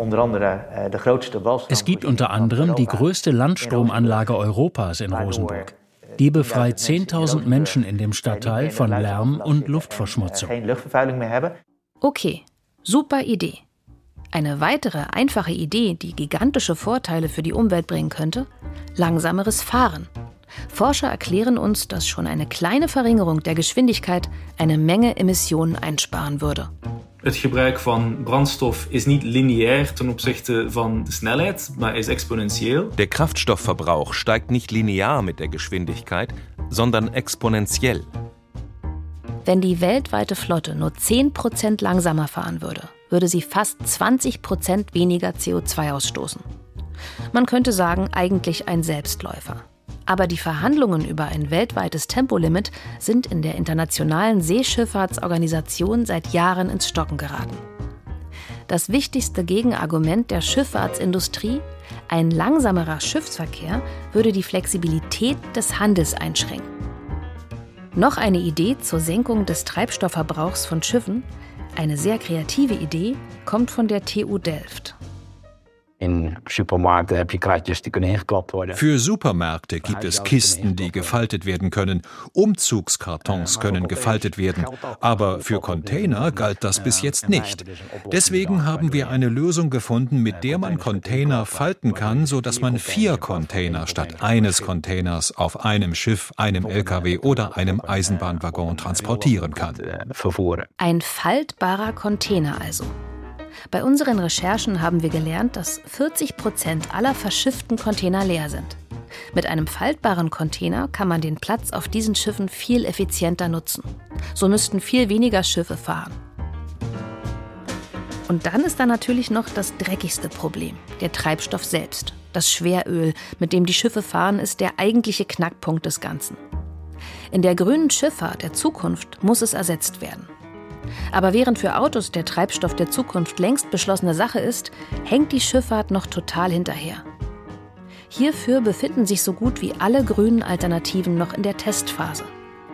Es gibt unter anderem die größte Landstromanlage Europas in Rosenburg. Die befreit 10.000 Menschen in dem Stadtteil von Lärm und Luftverschmutzung. Okay, super Idee. Eine weitere einfache Idee, die gigantische Vorteile für die Umwelt bringen könnte: langsameres Fahren. Forscher erklären uns, dass schon eine kleine Verringerung der Geschwindigkeit eine Menge Emissionen einsparen würde. Het gebruik van brandstof is niet lineair ten opzichte van de snelheid, maar is exponentieel. Der Kraftstoffverbrauch steigt nicht linear mit der Geschwindigkeit, sondern exponentiell. Wenn die weltweite Flotte nur 10% langsamer fahren würde, würde sie fast 20% weniger CO2 ausstoßen. Man könnte sagen, eigentlich ein Selbstläufer. Aber die Verhandlungen über ein weltweites Tempolimit sind in der Internationalen Seeschifffahrtsorganisation seit Jahren ins Stocken geraten. Das wichtigste Gegenargument der Schifffahrtsindustrie: ein langsamerer Schiffsverkehr würde die Flexibilität des Handels einschränken. Noch eine Idee zur Senkung des Treibstoffverbrauchs von Schiffen, eine sehr kreative Idee, kommt von der TU Delft. Für Supermärkte gibt es Kisten, die gefaltet werden können. Umzugskartons können gefaltet werden. Aber für Container galt das bis jetzt nicht. Deswegen haben wir eine Lösung gefunden, mit der man Container falten kann, sodass man 4 Container statt eines Containers auf einem Schiff, einem LKW oder einem Eisenbahnwaggon transportieren kann. Ein faltbarer Container also. Bei unseren Recherchen haben wir gelernt, dass 40% aller verschifften Container leer sind. Mit einem faltbaren Container kann man den Platz auf diesen Schiffen viel effizienter nutzen. So müssten viel weniger Schiffe fahren. Und dann ist da natürlich noch das dreckigste Problem, der Treibstoff selbst. Das Schweröl, mit dem die Schiffe fahren, ist der eigentliche Knackpunkt des Ganzen. In der grünen Schifffahrt der Zukunft muss es ersetzt werden. Aber während für Autos der Treibstoff der Zukunft längst beschlossene Sache ist, hängt die Schifffahrt noch total hinterher. Hierfür befinden sich so gut wie alle grünen Alternativen noch in der Testphase.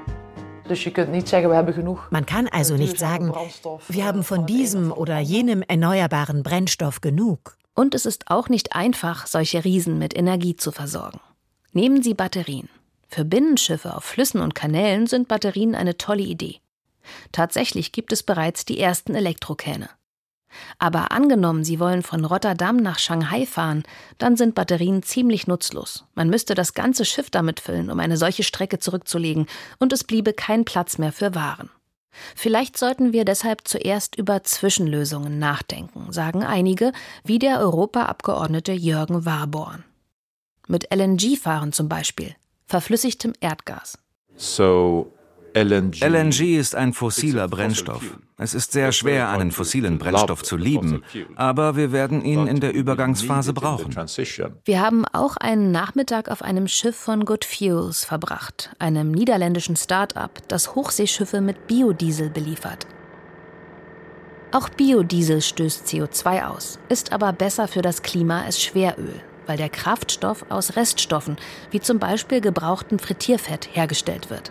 Man kann also nicht sagen, wir haben von diesem oder jenem erneuerbaren Brennstoff genug. Und es ist auch nicht einfach, solche Riesen mit Energie zu versorgen. Nehmen Sie Batterien. Für Binnenschiffe auf Flüssen und Kanälen sind Batterien eine tolle Idee. Tatsächlich gibt es bereits die ersten Elektrokähne. Aber angenommen, Sie wollen von Rotterdam nach Shanghai fahren, dann sind Batterien ziemlich nutzlos. Man müsste das ganze Schiff damit füllen, um eine solche Strecke zurückzulegen, und es bliebe kein Platz mehr für Waren. Vielleicht sollten wir deshalb zuerst über Zwischenlösungen nachdenken, sagen einige, wie der Europaabgeordnete Jürgen Warborn. Mit LNG fahren zum Beispiel, verflüssigtem Erdgas. LNG ist ein fossiler Brennstoff. Es ist sehr schwer, einen fossilen Brennstoff zu lieben, aber wir werden ihn in der Übergangsphase brauchen. Wir haben auch einen Nachmittag auf einem Schiff von Good Fuels verbracht, einem niederländischen Start-up, das Hochseeschiffe mit Biodiesel beliefert. Auch Biodiesel stößt CO2 aus, ist aber besser für das Klima als Schweröl, weil der Kraftstoff aus Reststoffen, wie zum Beispiel gebrauchtem Frittierfett, hergestellt wird.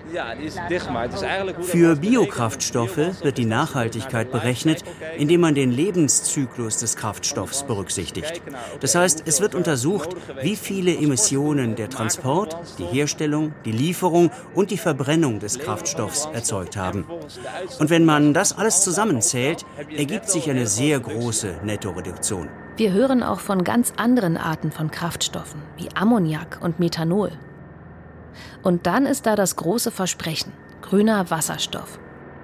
Für Biokraftstoffe wird die Nachhaltigkeit berechnet, indem man den Lebenszyklus des Kraftstoffs berücksichtigt. Das heißt, es wird untersucht, wie viele Emissionen der Transport, die Herstellung, die Lieferung und die Verbrennung des Kraftstoffs erzeugt haben. Und wenn man das alles zusammenzählt, ergibt sich eine sehr große Nettoreduktion. Wir hören auch von ganz anderen Arten von Kraftstoffen, wie Ammoniak und Methanol. Und dann ist da das große Versprechen: grüner Wasserstoff.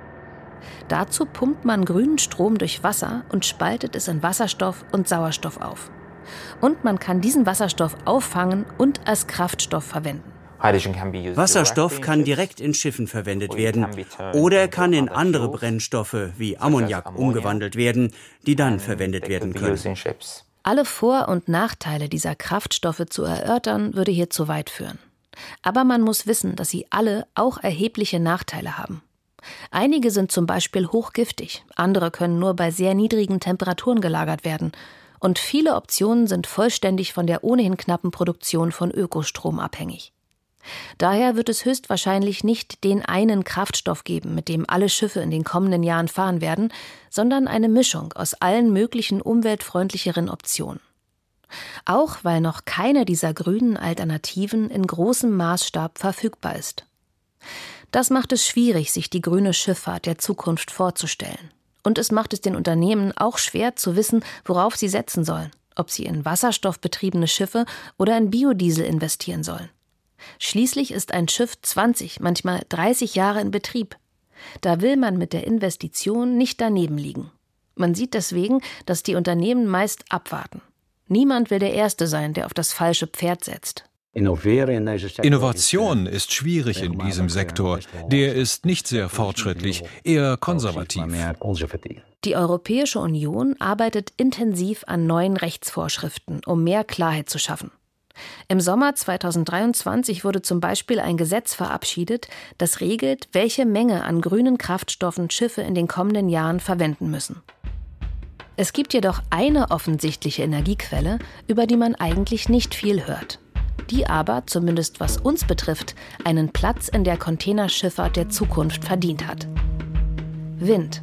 Dazu pumpt man grünen Strom durch Wasser und spaltet es in Wasserstoff und Sauerstoff auf. Und man kann diesen Wasserstoff auffangen und als Kraftstoff verwenden. Wasserstoff kann direkt in Schiffen verwendet werden oder er kann in andere Brennstoffe wie Ammoniak umgewandelt werden, die dann verwendet werden können. Alle Vor- und Nachteile dieser Kraftstoffe zu erörtern, würde hier zu weit führen. Aber man muss wissen, dass sie alle auch erhebliche Nachteile haben. Einige sind zum Beispiel hochgiftig, andere können nur bei sehr niedrigen Temperaturen gelagert werden. Und viele Optionen sind vollständig von der ohnehin knappen Produktion von Ökostrom abhängig. Daher wird es höchstwahrscheinlich nicht den einen Kraftstoff geben, mit dem alle Schiffe in den kommenden Jahren fahren werden, sondern eine Mischung aus allen möglichen umweltfreundlicheren Optionen. Auch weil noch keine dieser grünen Alternativen in großem Maßstab verfügbar ist. Das macht es schwierig, sich die grüne Schifffahrt der Zukunft vorzustellen. Und es macht es den Unternehmen auch schwer zu wissen, worauf sie setzen sollen, ob sie in wasserstoffbetriebene Schiffe oder in Biodiesel investieren sollen. Schließlich ist ein Schiff 20, manchmal 30 Jahre in Betrieb. Da will man mit der Investition nicht daneben liegen. Man sieht deswegen, dass die Unternehmen meist abwarten. Niemand will der Erste sein, der auf das falsche Pferd setzt. Innovation ist schwierig in diesem Sektor. Der ist nicht sehr fortschrittlich, eher konservativ. Die Europäische Union arbeitet intensiv an neuen Rechtsvorschriften, um mehr Klarheit zu schaffen. Im Sommer 2023 wurde zum Beispiel ein Gesetz verabschiedet, das regelt, welche Menge an grünen Kraftstoffen Schiffe in den kommenden Jahren verwenden müssen. Es gibt jedoch eine offensichtliche Energiequelle, über die man eigentlich nicht viel hört. Die aber, zumindest was uns betrifft, einen Platz in der Containerschifffahrt der Zukunft verdient hat. Wind.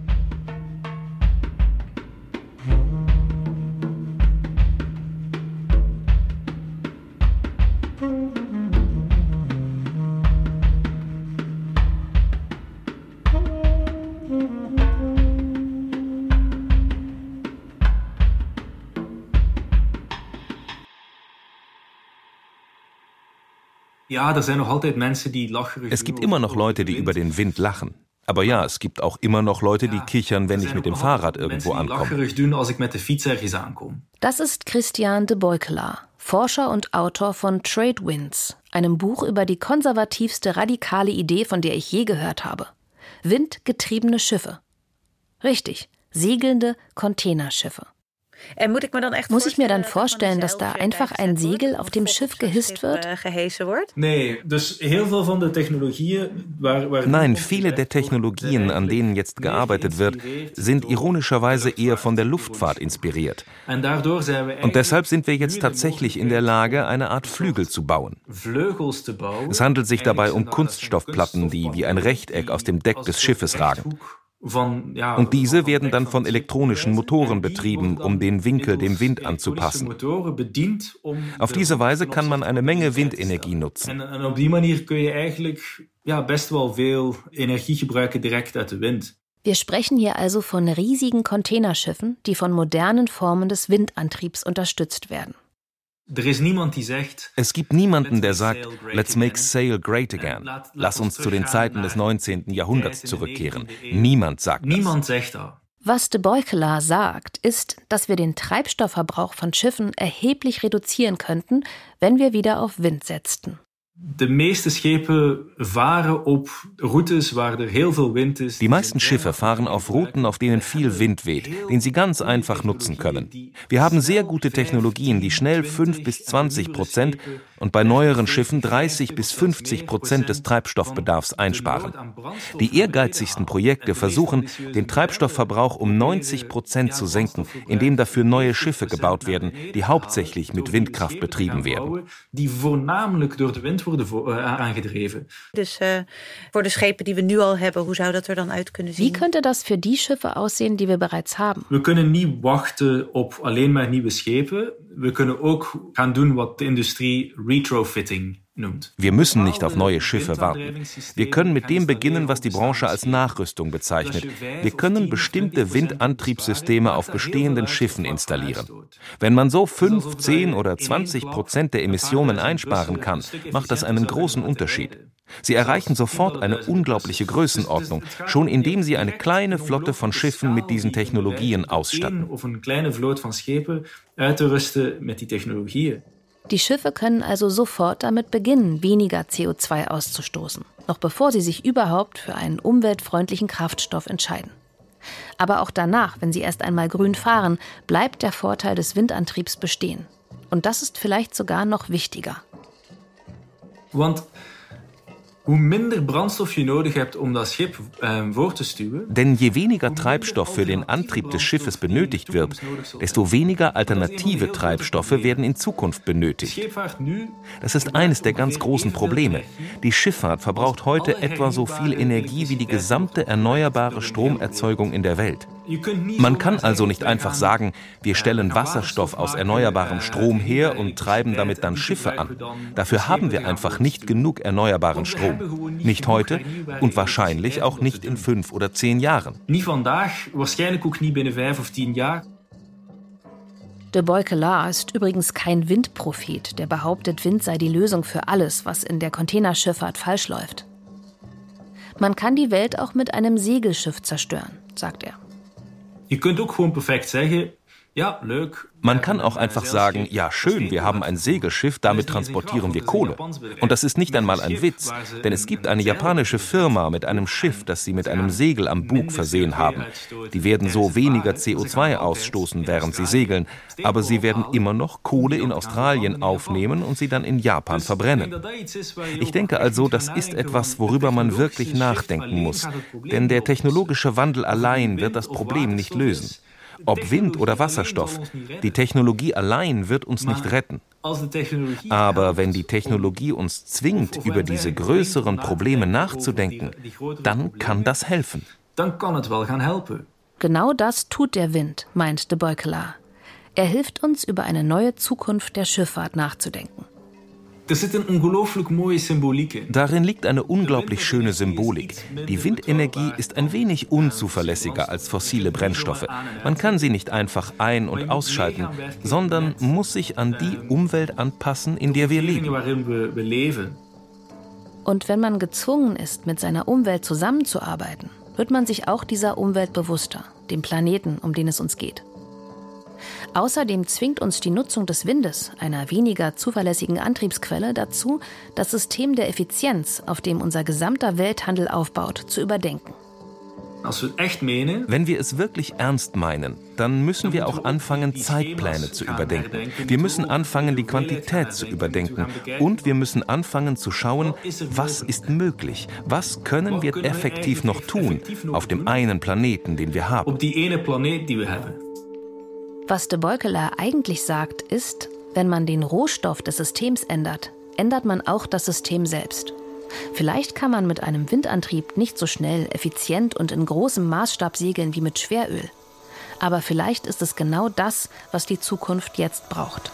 Es gibt immer noch Leute, die über den Wind lachen. Aber ja, es gibt auch immer noch Leute, die kichern, wenn ich mit dem Fahrrad irgendwo ankomme. Das ist Christian de Boykelaar, Forscher und Autor von Trade Winds, einem Buch über die konservativste radikale Idee, von der ich je gehört habe. Windgetriebene Schiffe. Richtig, segelnde Containerschiffe. Muss ich mir dann vorstellen, dass da einfach ein Segel auf dem Schiff gehisst wird? Nein, viele der Technologien, an denen jetzt gearbeitet wird, sind ironischerweise eher von der Luftfahrt inspiriert. Und deshalb sind wir jetzt tatsächlich in der Lage, eine Art Flügel zu bauen. Es handelt sich dabei um Kunststoffplatten, die wie ein Rechteck aus dem Deck des Schiffes ragen. Und diese werden dann von elektronischen Motoren betrieben, um den Winkel dem Wind anzupassen. Auf diese Weise kann man eine Menge Windenergie nutzen. Wir sprechen hier also von riesigen Containerschiffen, die von modernen Formen des Windantriebs unterstützt werden. Es gibt niemanden, der sagt, let's make sail great again. Lass uns zu den Zeiten des 19. Jahrhunderts zurückkehren. Niemand sagt das. Was de Boykelaar sagt, ist, dass wir den Treibstoffverbrauch von Schiffen erheblich reduzieren könnten, wenn wir wieder auf Wind setzten. Die meisten Schiffe fahren auf Routen, auf denen viel Wind weht, den sie ganz einfach nutzen können. Wir haben sehr gute Technologien, die schnell 5-20% und bei neueren Schiffen 30-50% des Treibstoffbedarfs einsparen. Die ehrgeizigsten Projekte versuchen, den Treibstoffverbrauch um 90% zu senken, indem dafür neue Schiffe gebaut werden, die hauptsächlich mit Windkraft betrieben werden. Aangedreven. Dus voor de schepen die we nu al hebben, hoe zou dat er dan uit kunnen zien? Wie könnte das für die Schiffe aussehen, die wir bereits haben? We kunnen niet wachten op alleen maar nieuwe schepen. We kunnen ook gaan doen wat de industrie retrofitting noemt. Wir müssen nicht auf neue Schiffe warten. Wir können mit dem beginnen, was die Branche als Nachrüstung bezeichnet. Wir können bestimmte Windantriebssysteme auf bestehenden Schiffen installieren. Wenn man so 5, 10 oder 20% der Emissionen einsparen kann, macht das einen großen Unterschied. Sie erreichen sofort eine unglaubliche Größenordnung, schon indem sie eine kleine Flotte von Schiffen mit diesen Technologien ausstatten. Die Schiffe können also sofort damit beginnen, weniger CO2 auszustoßen, noch bevor sie sich überhaupt für einen umweltfreundlichen Kraftstoff entscheiden. Aber auch danach, wenn sie erst einmal grün fahren, bleibt der Vorteil des Windantriebs bestehen. Und das ist vielleicht sogar noch wichtiger. Hoe minder brandstof je nodig hebt om dat schip voor te stuwen. Denn je weniger Treibstoff für den Antrieb des Schiffes benötigt wird, desto weniger alternative Treibstoffe werden in Zukunft benötigt. Das ist eines der ganz großen Probleme. Die Schifffahrt verbraucht heute etwa so viel Energie wie die gesamte erneuerbare Stromerzeugung in der Welt. Man kann also nicht einfach sagen, wir stellen Wasserstoff aus erneuerbarem Strom her und treiben damit dann Schiffe an. Dafür haben wir einfach nicht genug erneuerbaren Strom. Nicht heute und wahrscheinlich auch nicht in 5 oder 10 Jahren. De Boykelaar ist übrigens kein Windprophet, der behauptet, Wind sei die Lösung für alles, was in der Containerschifffahrt falsch läuft. Man kann die Welt auch mit einem Segelschiff zerstören, sagt er. Je kunt ook gewoon perfect zeggen, Man kann auch einfach sagen, ja schön, wir haben ein Segelschiff, damit transportieren wir Kohle. Und das ist nicht einmal ein Witz, denn es gibt eine japanische Firma mit einem Schiff, das sie mit einem Segel am Bug versehen haben. Die werden so weniger CO2 ausstoßen, während sie segeln, aber sie werden immer noch Kohle in Australien aufnehmen und sie dann in Japan verbrennen. Ich denke also, das ist etwas, worüber man wirklich nachdenken muss, denn der technologische Wandel allein wird das Problem nicht lösen. Ob Wind oder Wasserstoff, die Technologie allein wird uns nicht retten. Aber wenn die Technologie uns zwingt, über diese größeren Probleme nachzudenken, dann kann das helfen. Genau das tut der Wind, meint de Boycelaar. Er hilft uns, über eine neue Zukunft der Schifffahrt nachzudenken. Darin liegt eine unglaublich schöne Symbolik. Die Windenergie ist ein wenig unzuverlässiger als fossile Brennstoffe. Man kann sie nicht einfach ein- und ausschalten, sondern muss sich an die Umwelt anpassen, in der wir leben. Und wenn man gezwungen ist, mit seiner Umwelt zusammenzuarbeiten, wird man sich auch dieser Umwelt bewusster, dem Planeten, um den es uns geht. Außerdem zwingt uns die Nutzung des Windes, einer weniger zuverlässigen Antriebsquelle, dazu, das System der Effizienz, auf dem unser gesamter Welthandel aufbaut, zu überdenken. Wenn wir es wirklich ernst meinen, dann müssen wir auch anfangen, Zeitpläne zu überdenken. Wir müssen anfangen, die Quantität zu überdenken. Und wir müssen anfangen zu schauen, was ist möglich? Was können wir effektiv noch tun auf dem einen Planeten, den wir haben? Was de Boycelaar eigentlich sagt, ist, wenn man den Rohstoff des Systems ändert, ändert man auch das System selbst. Vielleicht kann man mit einem Windantrieb nicht so schnell, effizient und in großem Maßstab segeln wie mit Schweröl. Aber vielleicht ist es genau das, was die Zukunft jetzt braucht.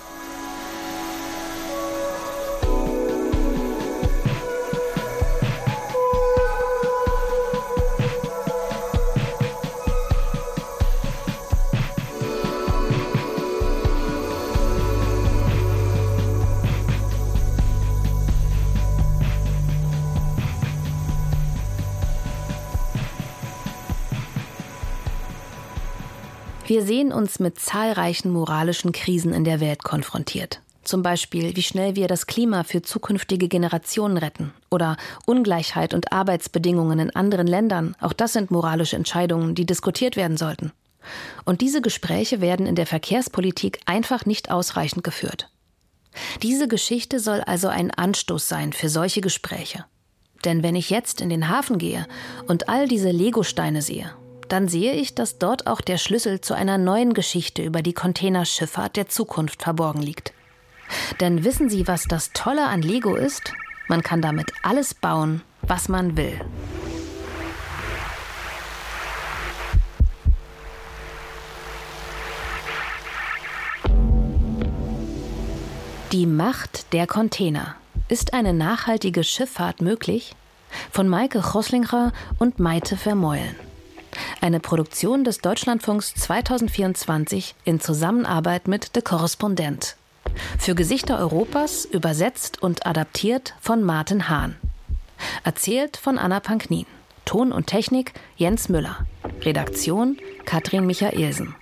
Wir sehen uns mit zahlreichen moralischen Krisen in der Welt konfrontiert. Zum Beispiel, wie schnell wir das Klima für zukünftige Generationen retten. Oder Ungleichheit und Arbeitsbedingungen in anderen Ländern. Auch das sind moralische Entscheidungen, die diskutiert werden sollten. Und diese Gespräche werden in der Verkehrspolitik einfach nicht ausreichend geführt. Diese Geschichte soll also ein Anstoß sein für solche Gespräche. Denn wenn ich jetzt in den Hafen gehe und all diese Legosteine sehe, dann sehe ich, dass dort auch der Schlüssel zu einer neuen Geschichte über die Containerschifffahrt der Zukunft verborgen liegt. Denn wissen Sie, was das Tolle an Lego ist? Man kann damit alles bauen, was man will. Die Macht der Container. Ist eine nachhaltige Schifffahrt möglich? Von Maike Choslinger und Maite Vermeulen. Eine Produktion des Deutschlandfunks 2024 in Zusammenarbeit mit De Korrespondent. Für Gesichter Europas übersetzt und adaptiert von Martin Hahn. Erzählt von Anna Panknin. Ton und Technik Jens Müller. Redaktion Katrin Michaelsen.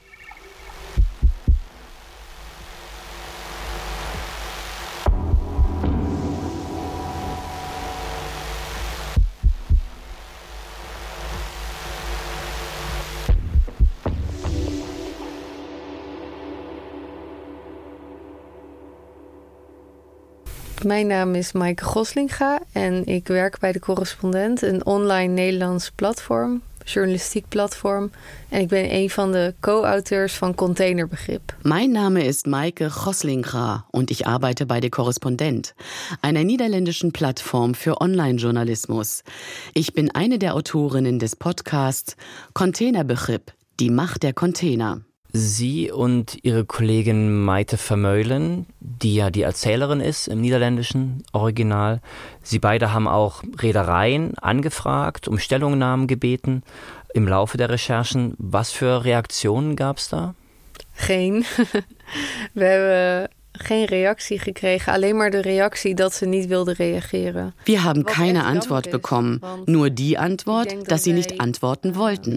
Mijn naam is Maike Goslinga en ik werk bij De Correspondent, een online Nederlands platform, journalistiek platform. En ik ben een van de co-auteurs van Containerbegrip. Mein Name ist Maike Goslinga und ich arbeite bei De Correspondent, einer niederländischen Plattform für Online-Journalismus. Ich bin eine der Autorinnen des Podcasts Containerbegrip, die Macht der Container. Sie und Ihre Kollegin Maite Vermeulen, die ja die Erzählerin ist im niederländischen Original. Sie beide haben auch Reedereien angefragt, um Stellungnahmen gebeten im Laufe der Recherchen. Was für Reaktionen gab es da? Geen. We hebben geen reactie gekregen, alleen maar de reactie dat ze niet wilden reageren. Wir haben keine Antwort bekommen, nur die Antwort, dass sie nicht antworten wollten.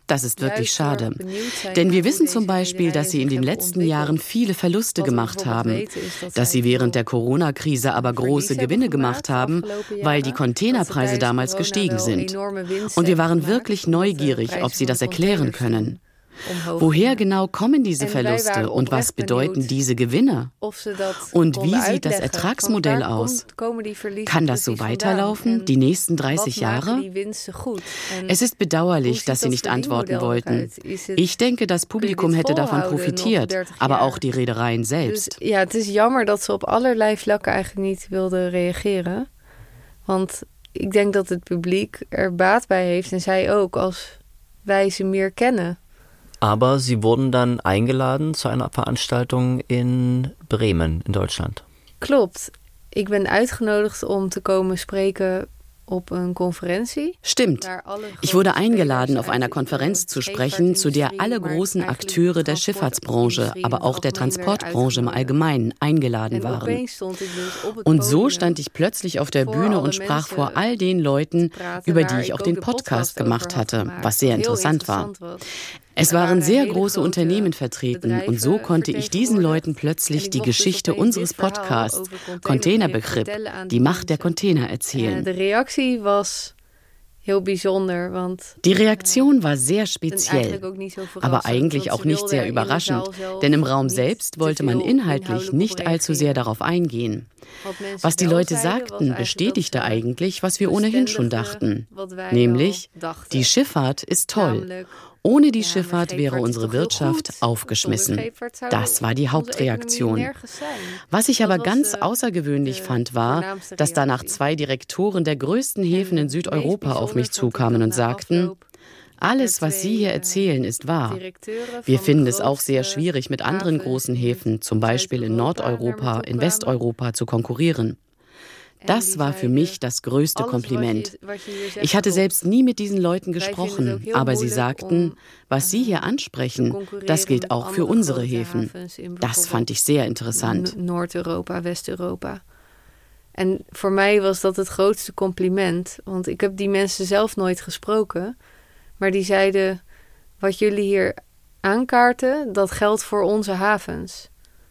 Das ist wirklich schade. Denn wir wissen zum Beispiel, dass sie in den letzten Jahren viele Verluste gemacht haben, dass sie während der Corona-Krise aber große Gewinne gemacht haben, weil die Containerpreise damals gestiegen sind. Und wir waren wirklich neugierig, ob sie das erklären können. Woher genau kommen diese Verluste und was bedeuten diese Gewinne? Und wie sieht das Ertragsmodell aus? Kann das so weiterlaufen, die nächsten 30 Jahre? Es ist bedauerlich, dass sie nicht antworten wollten. Ich denke, das Publikum hätte davon profitiert, aber auch die Reedereien selbst. Ja, het is jammer dat ze op allerlei vlakken eigenlijk niet wilden reageren. Want ik denk dat het publiek er baat bij heeft en zij ook, als wij ze meer kennen. Aber sie wurden dann eingeladen zu einer Veranstaltung in Bremen in Deutschland. Klopt. Ik ben uitgenodigd om te komen spreken op een Konferentie. Stimmt. Ich wurde eingeladen, auf einer Konferenz zu sprechen, zu der alle großen Akteure der Schifffahrtsbranche, aber auch der Transportbranche im Allgemeinen eingeladen waren. Und so stand ich plötzlich auf der Bühne und sprach vor all den Leuten, über die ich auch den Podcast gemacht hatte, was sehr interessant war. Es waren sehr große Unternehmen vertreten und so konnte ich diesen Leuten plötzlich die Geschichte unseres Podcasts, Containerbegrip, die Macht der Container erzählen. Die Reaktion war sehr speziell, aber eigentlich auch nicht sehr überraschend, denn im Raum selbst wollte man inhaltlich nicht allzu sehr darauf eingehen. Was die Leute sagten, bestätigte eigentlich, was wir ohnehin schon dachten, nämlich, die Schifffahrt ist toll. Ohne die Schifffahrt wäre unsere Wirtschaft aufgeschmissen. Das war die Hauptreaktion. Was ich aber ganz außergewöhnlich fand, war, dass danach 2 Direktoren der größten Häfen in Südeuropa auf mich zukamen und sagten, alles, was Sie hier erzählen, ist wahr. Wir finden es auch sehr schwierig, mit anderen großen Häfen, zum Beispiel in Nordeuropa, in Westeuropa, zu konkurrieren. Das war für mich das größte Kompliment. Ich hatte selbst nie mit diesen Leuten gesprochen, aber sie sagten, was Sie hier ansprechen, das gilt auch für unsere Häfen. Das fand ich sehr interessant. Noord-Europa, West-Europa. En voor mij was dat het grootste compliment, want ik heb die mensen zelf nooit gesproken, maar die zeiden, wat jullie hier aankaarten, dat geldt voor onze havens.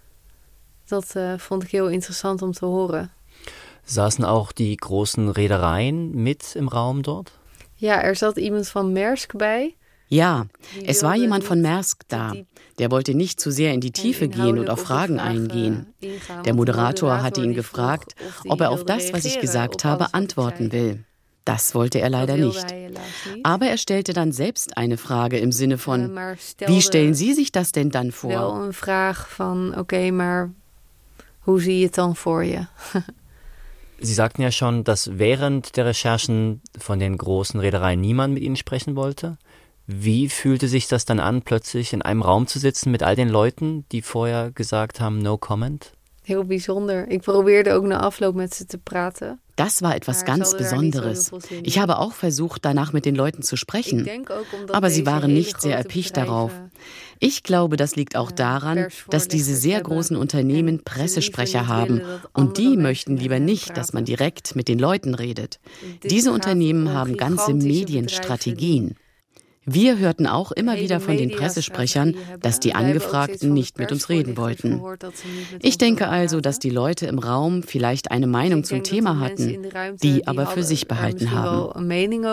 Dat vond ik heel interessant om te horen. Saßen auch die großen Reedereien mit im Raum dort? Ja, zat iemand van Maersk bij. Ja, es war jemand von Maersk da. Der wollte nicht zu sehr in die Tiefe gehen und auf Fragen eingehen. Der Moderator hatte ihn gefragt, ob er auf das, was ich gesagt habe, antworten will. Das wollte er leider nicht. Aber er stellte dann selbst eine Frage im Sinne von, wie stellen Sie sich das denn dann vor? Wel een vraag van, oké, maar hoe zie je het dan voor je? Sie sagten ja schon, dass während der Recherchen von den großen Reedereien niemand mit Ihnen sprechen wollte. Wie fühlte sich das dann an, plötzlich in einem Raum zu sitzen mit all den Leuten, die vorher gesagt haben, no comment? Heel bijzonder. Ik probeerde ook na afloop met ze te praten. Das war etwas ganz Besonderes. Ich habe auch versucht, danach mit den Leuten zu sprechen, aber sie waren nicht sehr erpicht darauf. Ich glaube, das liegt auch daran, dass diese sehr großen Unternehmen Pressesprecher haben und die möchten lieber nicht, dass man direkt mit den Leuten redet. Diese Unternehmen haben ganze Medienstrategien. Wir hörten auch immer wieder von den Pressesprechern, dass die Angefragten nicht mit uns reden wollten. Ich denke also, dass die Leute im Raum vielleicht eine Meinung zum Thema hatten, die aber für sich behalten haben.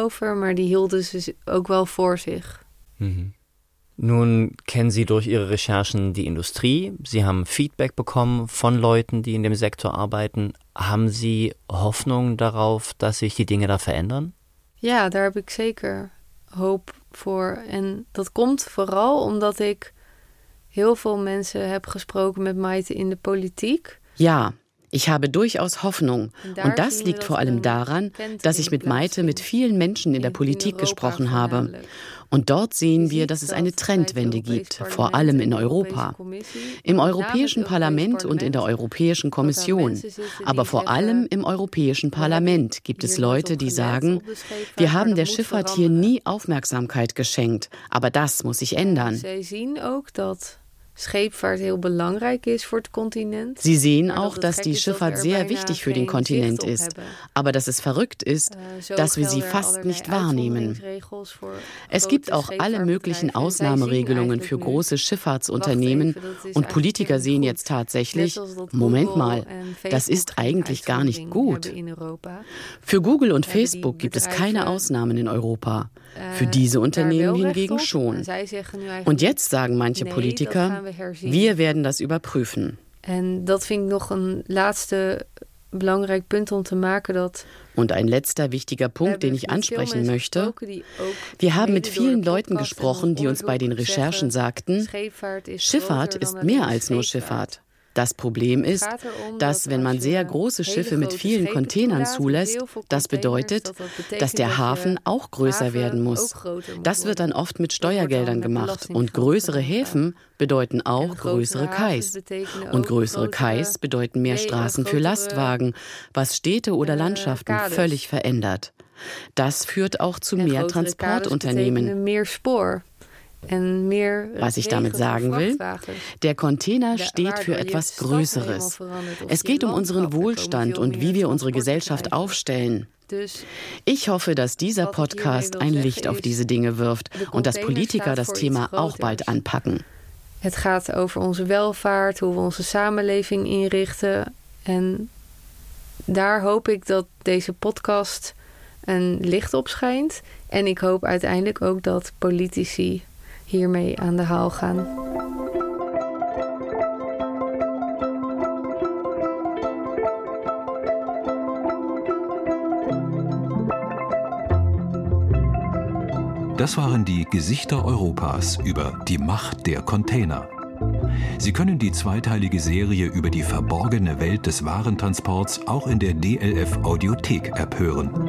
Nun kennen Sie durch Ihre Recherchen die Industrie. Sie haben Feedback bekommen von Leuten, die in dem Sektor arbeiten. Haben Sie Hoffnung darauf, dass sich die Dinge da verändern? Ja, daar heb ik zeker hoop voor. En dat komt vooral omdat ik heel veel mensen heb gesproken met Maite in de politiek. Ja, ich habe durchaus Hoffnung. Und das liegt vor allem daran, dass ich mit Maite mit vielen Menschen in der Politik gesprochen habe. Und dort sehen wir, dass es eine Trendwende gibt, vor allem in Europa. Im Europäischen Parlament und in der Europäischen Kommission. Aber vor allem im Europäischen Parlament gibt es Leute, die sagen, wir haben der Schifffahrt hier nie Aufmerksamkeit geschenkt, aber das muss sich ändern. scheepvaart heel belangrijk is voor het continent. Sie sehen auch, dass die Schifffahrt sehr wichtig für den Kontinent ist, aber dass es verrückt ist, dass wir sie fast nicht wahrnehmen. Es gibt auch alle möglichen Ausnahmeregelungen für große Schifffahrtsunternehmen und Politiker sehen jetzt tatsächlich, Moment mal, das ist eigentlich gar nicht gut. Für Google und Facebook gibt es keine Ausnahmen in Europa. Für diese Unternehmen hingegen schon. Und jetzt sagen manche Politiker, wir werden das überprüfen. En dat vind ik nog een laatste belangrijk punt om te maken dat. Und ein letzter wichtiger Punkt, den ich ansprechen möchte. Wir haben mit vielen Leuten gesprochen, die uns bei den Recherchen sagten, Schifffahrt ist mehr als nur Schifffahrt. Das Problem ist, dass wenn man sehr große Schiffe mit vielen Containern zulässt, das bedeutet, dass der Hafen auch größer werden muss. Das wird dann oft mit Steuergeldern gemacht und größere Häfen bedeuten auch größere Kais. Und größere Kais bedeuten mehr Straßen für Lastwagen, was Städte oder Landschaften völlig verändert. Das führt auch zu mehr Transportunternehmen. Was ich damit sagen will, der Container steht für etwas Größeres. Es geht um unseren Wohlstand und wie wir unsere Gesellschaft aufstellen. Ich hoffe, dass dieser Podcast ein Licht auf diese Dinge wirft und dass Politiker das Thema auch bald anpacken. Het gaat over onze welvaart, hoe we onze samenleving inrichten. En daar hoop ik dat deze podcast een licht op schijnt. En ik hoop uiteindelijk ook dat politici hiermee aan de haal gaan. Das waren die Gesichter Europas über die Macht der Container. Sie können die zweiteilige Serie über die verborgene Welt des Warentransports auch in der DLF Audiothek abhören.